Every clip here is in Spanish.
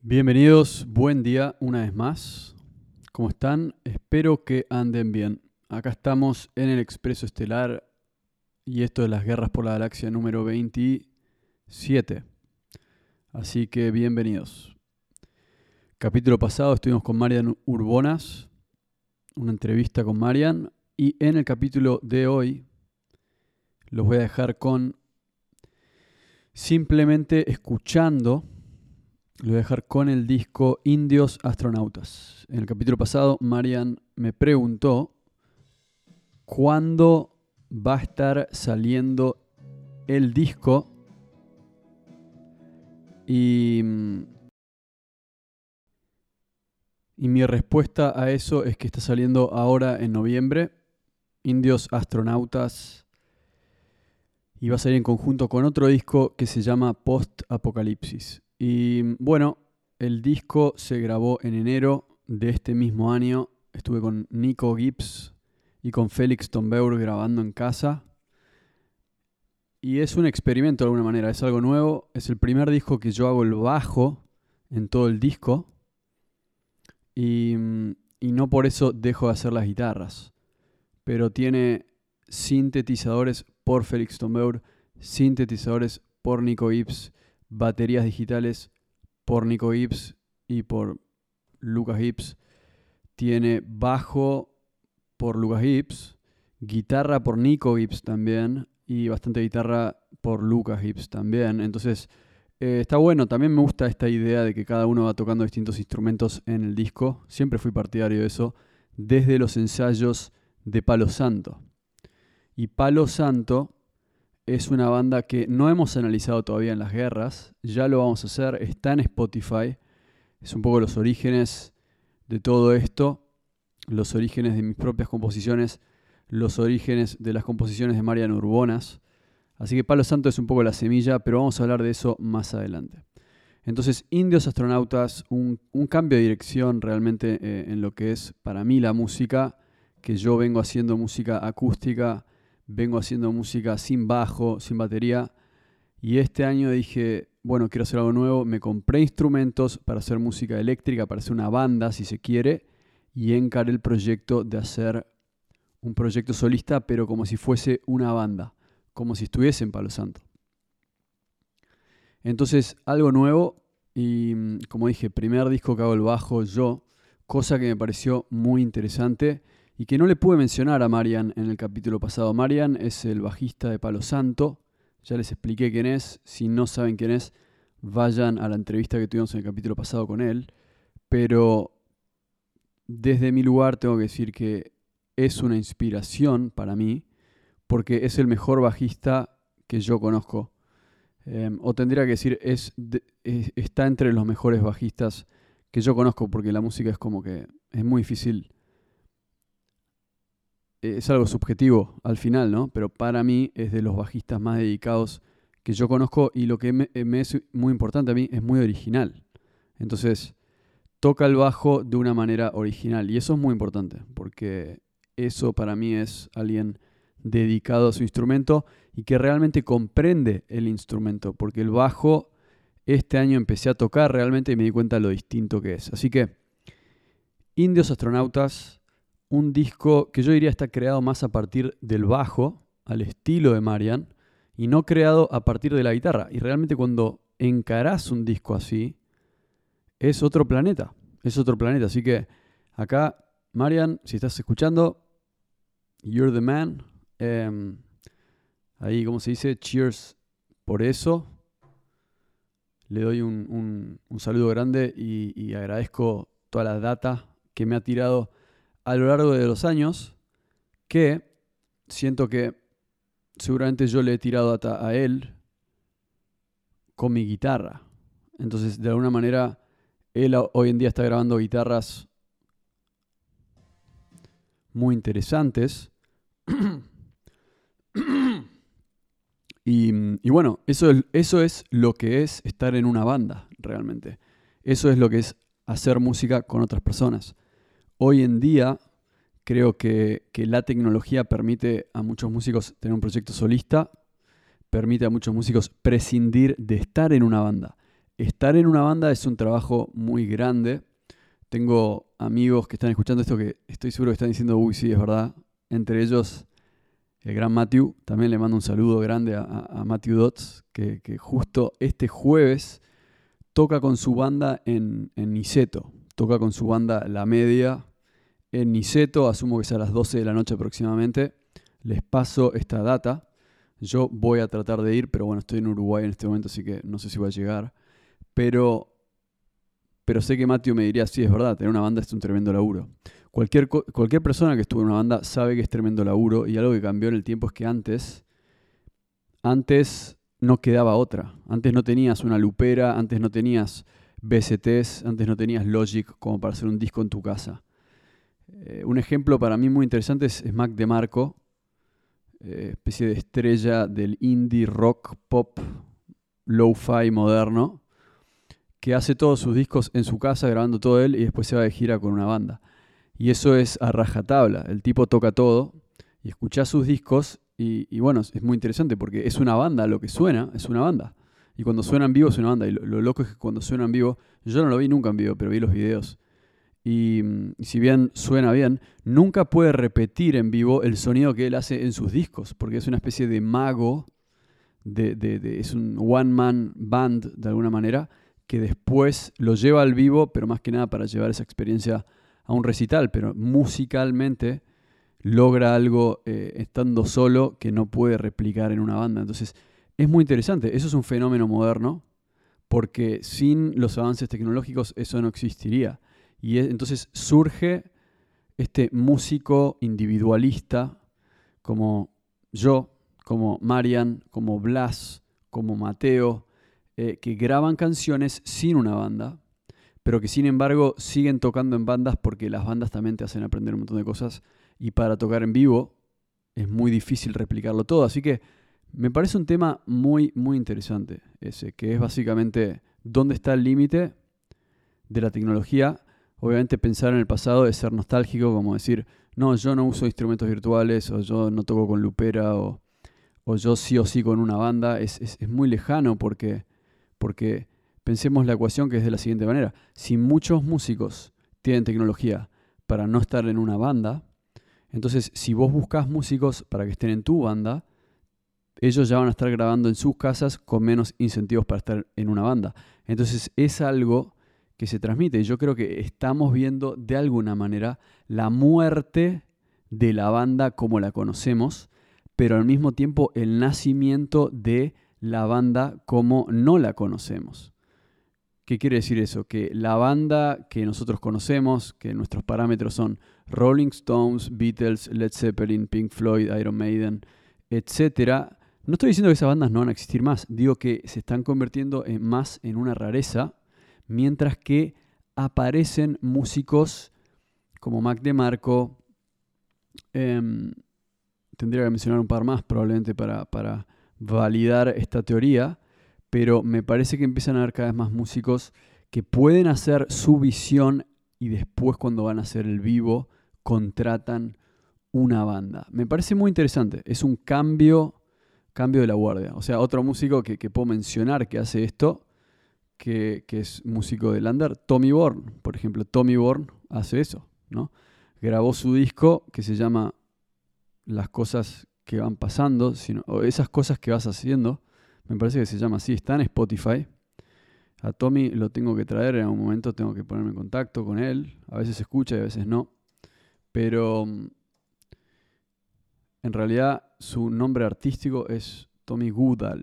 Bienvenidos, buen día una vez más. ¿Cómo están? Espero que anden bien. Acá estamos en el Expreso Estelar y esto es las Guerras por la Galaxia número 27. Así que bienvenidos. Capítulo pasado estuvimos con Marian Urbonas, una entrevista con Marian, y en el capítulo de hoy los voy a dejar con simplemente escuchando. Lo voy a dejar con el disco Indios Astronautas. En el capítulo pasado, Marian me preguntó cuándo va a estar saliendo el disco. Y mi respuesta a eso es que está saliendo ahora en noviembre. Indios Astronautas. Y va a salir en conjunto con otro disco que se llama Post Apocalipsis. Y bueno, el disco se grabó en enero de este mismo año. Estuve con Nico Gibbs y con Félix Tombeur grabando en casa. Y es un experimento de alguna manera, es algo nuevo. Es el primer disco que yo hago el bajo en todo el disco. Y no por eso dejo de hacer las guitarras. Pero tiene sintetizadores por Félix Tombeur, sintetizadores por Nico Gibbs, baterías digitales por Nico Gibbs y por Lucas Gibbs. Tiene bajo por Lucas Gibbs, guitarra por Nico Gibbs también y bastante guitarra por Lucas Gibbs también. Entonces está bueno, también me gusta esta idea de que cada uno va tocando distintos instrumentos en el disco. Siempre fui partidario de eso desde los ensayos de Palo Santo. Y Palo Santo es una banda que no hemos analizado todavía en las guerras, ya lo vamos a hacer, está en Spotify, es un poco los orígenes de todo esto, los orígenes de mis propias composiciones, los orígenes de las composiciones de Marian Urbonas, así que Palo Santo es un poco la semilla, pero vamos a hablar de eso más adelante. Entonces, Indios Astronautas, un cambio de dirección realmente en lo que es para mí la música, que yo vengo haciendo música acústica, vengo haciendo música sin bajo, sin batería, y este año dije, bueno, quiero hacer algo nuevo, me compré instrumentos para hacer música eléctrica, para hacer una banda, si se quiere, y encaré el proyecto de hacer un proyecto solista, pero como si fuese una banda, como si estuviese en Palo Santo. Entonces, algo nuevo, y como dije, primer disco que hago el bajo yo, cosa que me pareció muy interesante, y que no le pude mencionar a Marian en el capítulo pasado. Marian es el bajista de Palo Santo. Ya les expliqué quién es. Si no saben quién es, vayan a la entrevista que tuvimos en el capítulo pasado con él. Pero desde mi lugar tengo que decir que es una inspiración para mí, porque es el mejor bajista que yo conozco. O tendría que decir, está entre los mejores bajistas que yo conozco, porque la música es como que es muy difícil. Es algo subjetivo al final, ¿no? Pero para mí es de los bajistas más dedicados que yo conozco, y lo que me es muy importante a mí es muy original. Entonces, toca el bajo de una manera original, y eso es muy importante, porque eso para mí es alguien dedicado a su instrumento y que realmente comprende el instrumento, porque el bajo este año empecé a tocar realmente y me di cuenta de lo distinto que es. Así que, Indios Astronautas, un disco que yo diría está creado más a partir del bajo, al estilo de Marian, y no creado a partir de la guitarra. Y realmente cuando encarás un disco así, es otro planeta. Es otro planeta. Así que acá, Marian, si estás escuchando, you're the man. Ahí, ¿cómo se dice? Cheers por eso. Le doy un saludo grande y agradezco toda la data que me ha tirado a lo largo de los años, que siento que seguramente yo le he tirado data a él con mi guitarra. Entonces, de alguna manera, él hoy en día está grabando guitarras muy interesantes. Y bueno, eso es lo que es estar en una banda, realmente. Eso es lo que es hacer música con otras personas. Hoy en día creo que la tecnología permite a muchos músicos tener un proyecto solista, permite a muchos músicos prescindir de estar en una banda. estar en una banda es un trabajo muy grande. Tengo amigos que están escuchando esto que estoy seguro que están diciendo, uy, sí, es verdad. Entre ellos, el gran Matthew. También le mando un saludo grande a Matthew Dodds, que justo este jueves toca con su banda en Niceto. Toca con su banda La Media en Niceto. Asumo que es a las 12 de la noche aproximadamente. Les paso esta data. Yo voy a tratar de ir, pero bueno, estoy en Uruguay en este momento, así que no sé si voy a llegar. Pero sé que Matthew me diría, sí, es verdad, tener una banda es un tremendo laburo. Cualquier persona que estuvo en una banda sabe que es tremendo laburo, y algo que cambió en el tiempo es que antes no quedaba otra. Antes no tenías una lupera, antes no tenías VSTs, antes no tenías Logic como para hacer un disco en tu casa. Un ejemplo para mí muy interesante es Mac DeMarco, especie de estrella del indie rock pop lo-fi moderno, que hace todos sus discos en su casa, grabando todo él, y después se va de gira con una banda. Y eso es a rajatabla. El tipo toca todo y escuchás sus discos y bueno, es muy interesante porque es una banda, lo que suena es una banda. Y cuando suena en vivo es una banda. Y lo loco es que cuando suena en vivo, yo no lo vi nunca en vivo, pero vi los videos. Y si bien suena bien, nunca puede repetir en vivo el sonido que él hace en sus discos, porque es una especie de mago, es un one-man band de alguna manera, que después lo lleva al vivo, pero más que nada para llevar esa experiencia a un recital, pero musicalmente logra algo estando solo que no puede replicar en una banda. Entonces es muy interesante, eso es un fenómeno moderno, porque sin los avances tecnológicos eso no existiría. Y entonces surge este músico individualista como yo, como Marian, como Blas, como Mateo, que graban canciones sin una banda, pero que sin embargo siguen tocando en bandas porque las bandas también te hacen aprender un montón de cosas, y para tocar en vivo es muy difícil replicarlo todo. Así que me parece un tema muy, muy interesante ese, que es básicamente dónde está el límite de la tecnología. Obviamente pensar en el pasado es ser nostálgico, como decir, no, yo no uso instrumentos virtuales, o yo no toco con lupera, o yo sí o sí con una banda. Es muy lejano porque pensemos la ecuación, que es de la siguiente manera. Si muchos músicos tienen tecnología para no estar en una banda, entonces si vos buscas músicos para que estén en tu banda, ellos ya van a estar grabando en sus casas con menos incentivos para estar en una banda. Entonces es algo que se transmite. Y yo creo que estamos viendo de alguna manera la muerte de la banda como la conocemos, pero al mismo tiempo el nacimiento de la banda como no la conocemos. ¿Qué quiere decir eso? Que la banda que nosotros conocemos, que nuestros parámetros son Rolling Stones, Beatles, Led Zeppelin, Pink Floyd, Iron Maiden, etc. No estoy diciendo que esas bandas no van a existir más, digo que se están convirtiendo más en una rareza, mientras que aparecen músicos como Mac DeMarco. Tendría que mencionar un par más probablemente para validar esta teoría, pero me parece que empiezan a haber cada vez más músicos que pueden hacer su visión y después, cuando van a hacer el vivo, contratan una banda. Me parece muy interesante, es un cambio de la guardia. O sea, otro músico que puedo mencionar que hace esto, que es músico de Lander, Tommy Born, por ejemplo. Tommy Born hace eso, ¿no? Grabó su disco que se llama Las cosas que van pasando, o esas cosas que vas haciendo, me parece que se llama así, está en Spotify. A Tommy lo tengo que traer en algún momento, tengo que ponerme en contacto con él. A veces se escucha y a veces no. Pero en realidad su nombre artístico es Tommy Goodall.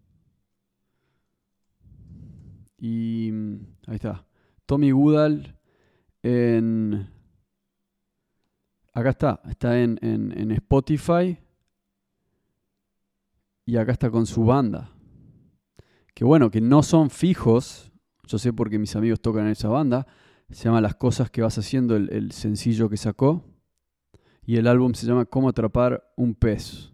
Y ahí está. Tommy Goodall acá está en Spotify. Y acá está con su banda. Que bueno, que no son fijos. Yo sé porque mis amigos tocan en esa banda. Se llama Las cosas que vas haciendo, el sencillo que sacó. Y el álbum se llama Cómo atrapar un pez.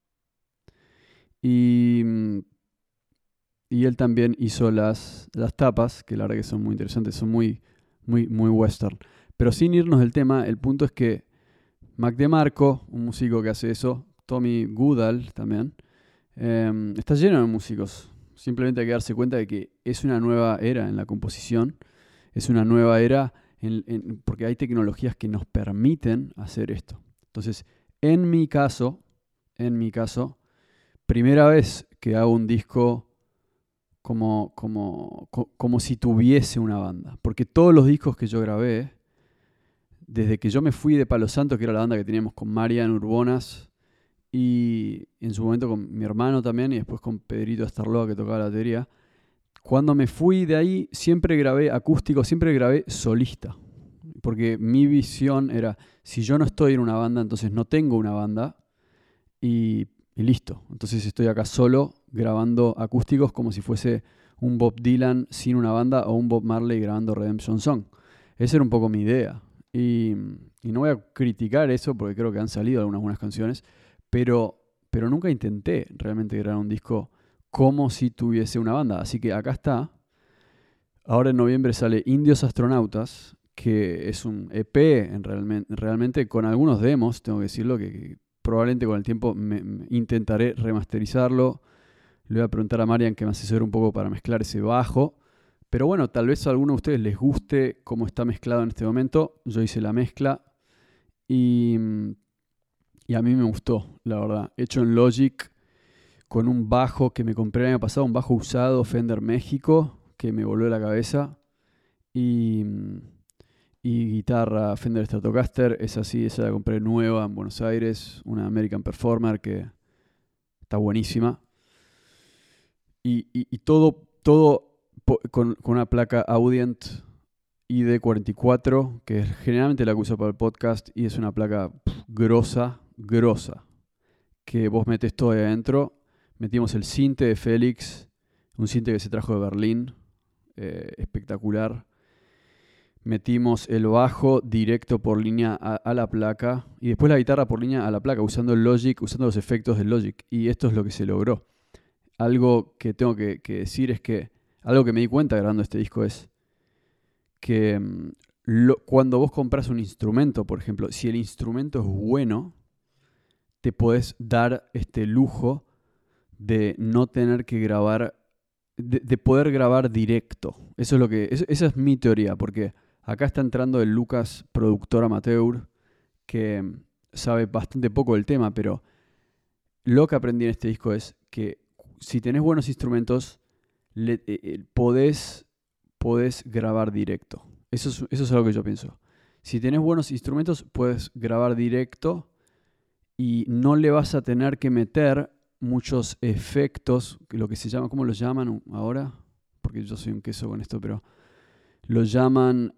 Y él también hizo las tapas, que la verdad que son muy interesantes, son muy, muy, muy western. Pero sin irnos del tema, el punto es que Mac DeMarco, un músico que hace eso, Tommy Goodall también, está lleno de músicos. Simplemente hay que darse cuenta de que es una nueva era en la composición, es una nueva era porque hay tecnologías que nos permiten hacer esto. Entonces, en mi caso, primera vez que hago un disco como si tuviese una banda. Porque todos los discos que yo grabé, desde que yo me fui de Palo Santo, que era la banda que teníamos con Marian Urbonas, y en su momento con mi hermano también, y después con Pedrito Astarloa, que tocaba la batería, cuando me fui de ahí siempre grabé acústico, siempre grabé solista. Porque mi visión era, si yo no estoy en una banda, entonces no tengo una banda, y listo. Entonces estoy acá solo grabando acústicos como si fuese un Bob Dylan sin una banda o un Bob Marley grabando Redemption Song. Esa era un poco mi idea. Y no voy a criticar eso porque creo que han salido algunas buenas canciones, pero nunca intenté realmente grabar un disco como si tuviese una banda. Así que acá está. Ahora en noviembre sale Indios Astronautas, que es un EP realmente con algunos demos, tengo que decirlo, que probablemente con el tiempo intentaré remasterizarlo. Le voy a preguntar a Marian que me asesore un poco para mezclar ese bajo. Pero bueno, tal vez a alguno de ustedes les guste cómo está mezclado en este momento. Yo hice la mezcla y a mí me gustó, la verdad. Hecho en Logic con un bajo que me compré el año pasado, un bajo usado Fender México, que me voló la cabeza. Y guitarra Fender Stratocaster, esa la compré nueva en Buenos Aires, una American Performer que está buenísima. Y todo con una placa Audient ID44, que es generalmente la que uso para el podcast, y es una placa grosa, que vos metes todo ahí adentro. Metimos el sinte de Félix, un sinte que se trajo de Berlín, espectacular. Metimos el bajo directo por línea a la placa y después la guitarra por línea a la placa, usando el Logic, usando los efectos del Logic. Y esto es lo que se logró. Algo que tengo que decir es que, algo que me di cuenta grabando este disco es que cuando vos compras un instrumento, por ejemplo, si el instrumento es bueno, te podés dar este lujo de no tener que grabar, de poder grabar directo. Esa es mi teoría, porque acá está entrando el Lucas, productor amateur, que sabe bastante poco del tema, pero lo que aprendí en este disco es que si tenés buenos instrumentos, podés grabar directo. Eso es algo que yo pienso. Si tenés buenos instrumentos, puedes grabar directo y no le vas a tener que meter muchos efectos, lo que se llama, ¿cómo los llaman ahora? Porque yo soy un queso con esto, pero lo llaman...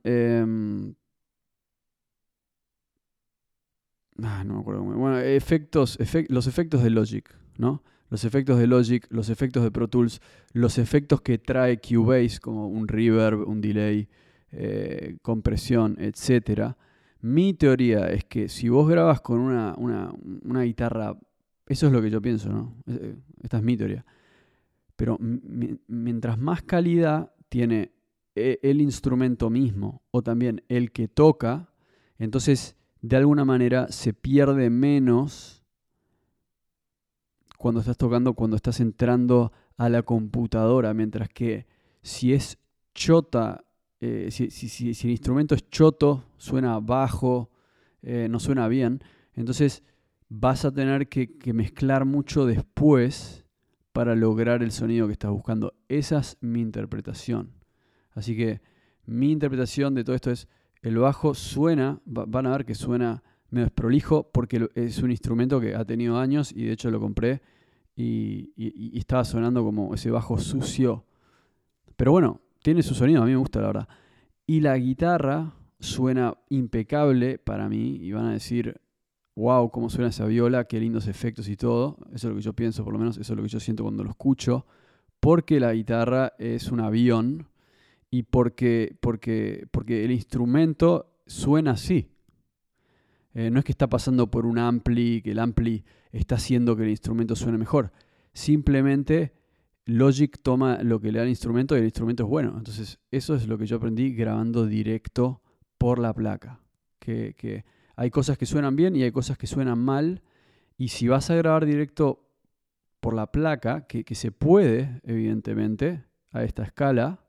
no me acuerdo cómo. Bueno, los efectos de Logic, ¿no? Los efectos de Logic, los efectos de Pro Tools, los efectos que trae Cubase, como un reverb, un delay, compresión, etc. Mi teoría es que si vos grabas con una guitarra, eso es lo que yo pienso, ¿no? Esta es mi teoría. Pero mientras más calidad tiene el instrumento mismo o también el que toca, entonces de alguna manera se pierde menos cuando estás tocando, cuando estás entrando a la computadora, mientras que si es chota, si el instrumento es choto, suena bajo, no suena bien, entonces vas a tener que mezclar mucho después para lograr el sonido que estás buscando. Esa es mi interpretación. Así que mi interpretación de todo esto es, el bajo suena, van a ver que suena medio desprolijo porque es un instrumento que ha tenido años y de hecho lo compré y estaba sonando como ese bajo sucio. Pero bueno, tiene su sonido, a mí me gusta la verdad. Y la guitarra suena impecable para mí y van a decir, wow, cómo suena esa viola, qué lindos efectos y todo. Eso es lo que yo pienso, por lo menos eso es lo que yo siento cuando lo escucho. Porque la guitarra es un avión y porque el instrumento suena así. No es que está pasando por un ampli, que el ampli está haciendo que el instrumento suene mejor. Simplemente Logic toma lo que le da el instrumento y el instrumento es bueno. Entonces eso es lo que yo aprendí grabando directo por la placa. Que hay cosas que suenan bien y hay cosas que suenan mal. Y si vas a grabar directo por la placa, que se puede, evidentemente, a esta escala,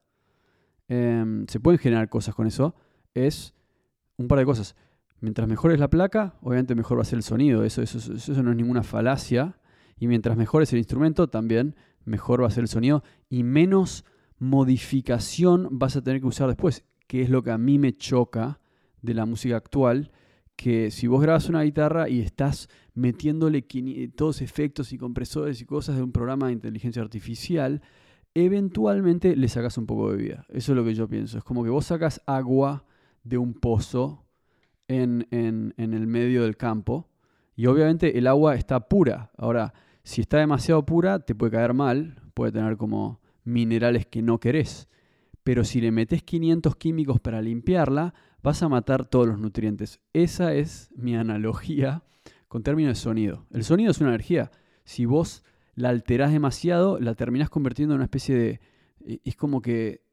se pueden generar cosas con eso, es un par de cosas. Mientras mejor es la placa, obviamente mejor va a ser el sonido, eso no es ninguna falacia. Y mientras mejor es el instrumento, también mejor va a ser el sonido y menos modificación vas a tener que usar después, que es lo que a mí me choca de la música actual, que si vos grabas una guitarra y estás metiéndole todos efectos y compresores y cosas de un programa de inteligencia artificial, eventualmente le sacas un poco de vida. Eso es lo que yo pienso. Es como que vos sacas agua de un pozo en el medio del campo y obviamente el agua está pura. Ahora, si está demasiado pura, te puede caer mal, puede tener como minerales que no querés. Pero si le metés 500 químicos para limpiarla, vas a matar todos los nutrientes. Esa es mi analogía con términos de sonido. El sonido es una energía. Si vos la alterás demasiado, la terminás convirtiendo en una especie de... Es como que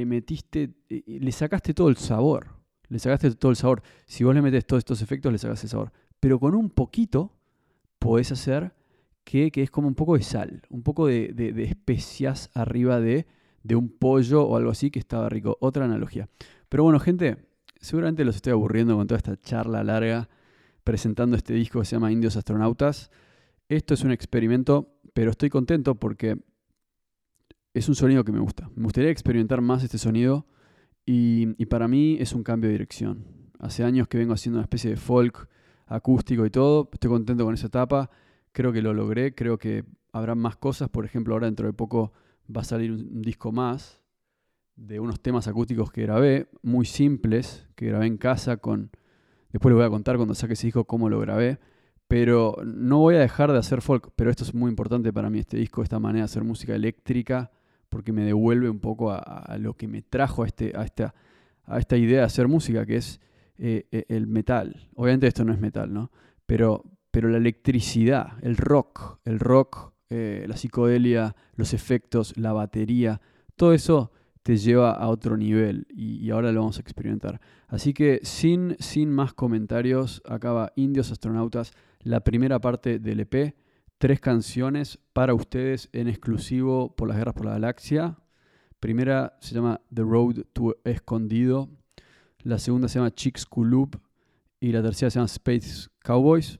le sacaste todo el sabor. Le sacaste todo el sabor. Si vos le metés todos estos efectos, le sacás el sabor. Pero con un poquito podés hacer que es como un poco de sal, un poco de especias arriba de un pollo o algo así que estaba rico. Otra analogía. Pero bueno, gente, seguramente los estoy aburriendo con toda esta charla larga presentando este disco que se llama Indios Astronautas. Esto es un experimento, pero estoy contento porque es un sonido que me gusta. Me gustaría experimentar más este sonido y para mí es un cambio de dirección. Hace años que vengo haciendo una especie de folk acústico y todo. Estoy contento con esa etapa. Creo que lo logré. Creo que habrá más cosas. Por ejemplo, ahora dentro de poco va a salir un disco más de unos temas acústicos que grabé, muy simples, que grabé en casa con... Después les voy a contar cuando saque ese disco cómo lo grabé. Pero no voy a dejar de hacer folk. Pero esto es muy importante para mí, este disco, esta manera de hacer música eléctrica, porque me devuelve un poco a lo que me trajo a esta idea de hacer música, que es el metal. Obviamente esto no es metal, ¿no? Pero la electricidad, el rock, la psicodelia, los efectos, la batería, todo eso te lleva a otro nivel y ahora lo vamos a experimentar. Así que sin más comentarios, acaba Indios Astronautas, la primera parte del EP, 3 canciones para ustedes en exclusivo por las Guerras por la Galaxia. Primera se llama The Road to Escondido, la segunda se llama Chicks Kulub y la tercera se llama Space Cowboys.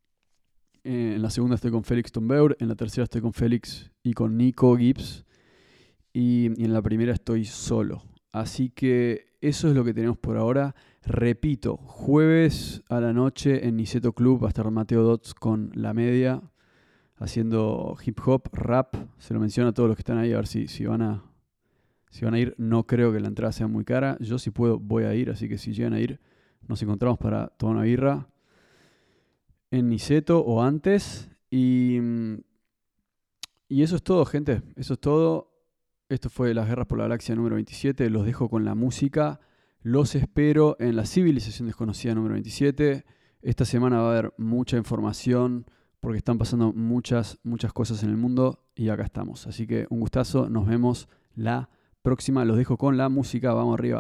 En la segunda estoy con Félix Tombeur, en la tercera estoy con Félix y con Nico Gibbs y en la primera estoy solo. Así que eso es lo que tenemos por ahora. Repito, jueves a la noche en Niceto Club va a estar Mateo Dots con La Media haciendo hip hop, rap. Se lo menciono a todos los que están ahí a ver si van a ir. No creo que la entrada sea muy cara. Yo si puedo voy a ir, así que si llegan a ir nos encontramos para tomar una birra en Niceto o antes. Y eso es todo, gente. Eso es todo. Esto fue Las Guerras por la Galaxia número 27. Los dejo con la música. Los espero en la Civilización Desconocida número 27. Esta semana va a haber mucha información porque están pasando muchas cosas en el mundo y acá estamos. Así que un gustazo. Nos vemos la próxima. Los dejo con la música. Vamos arriba.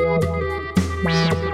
Bye.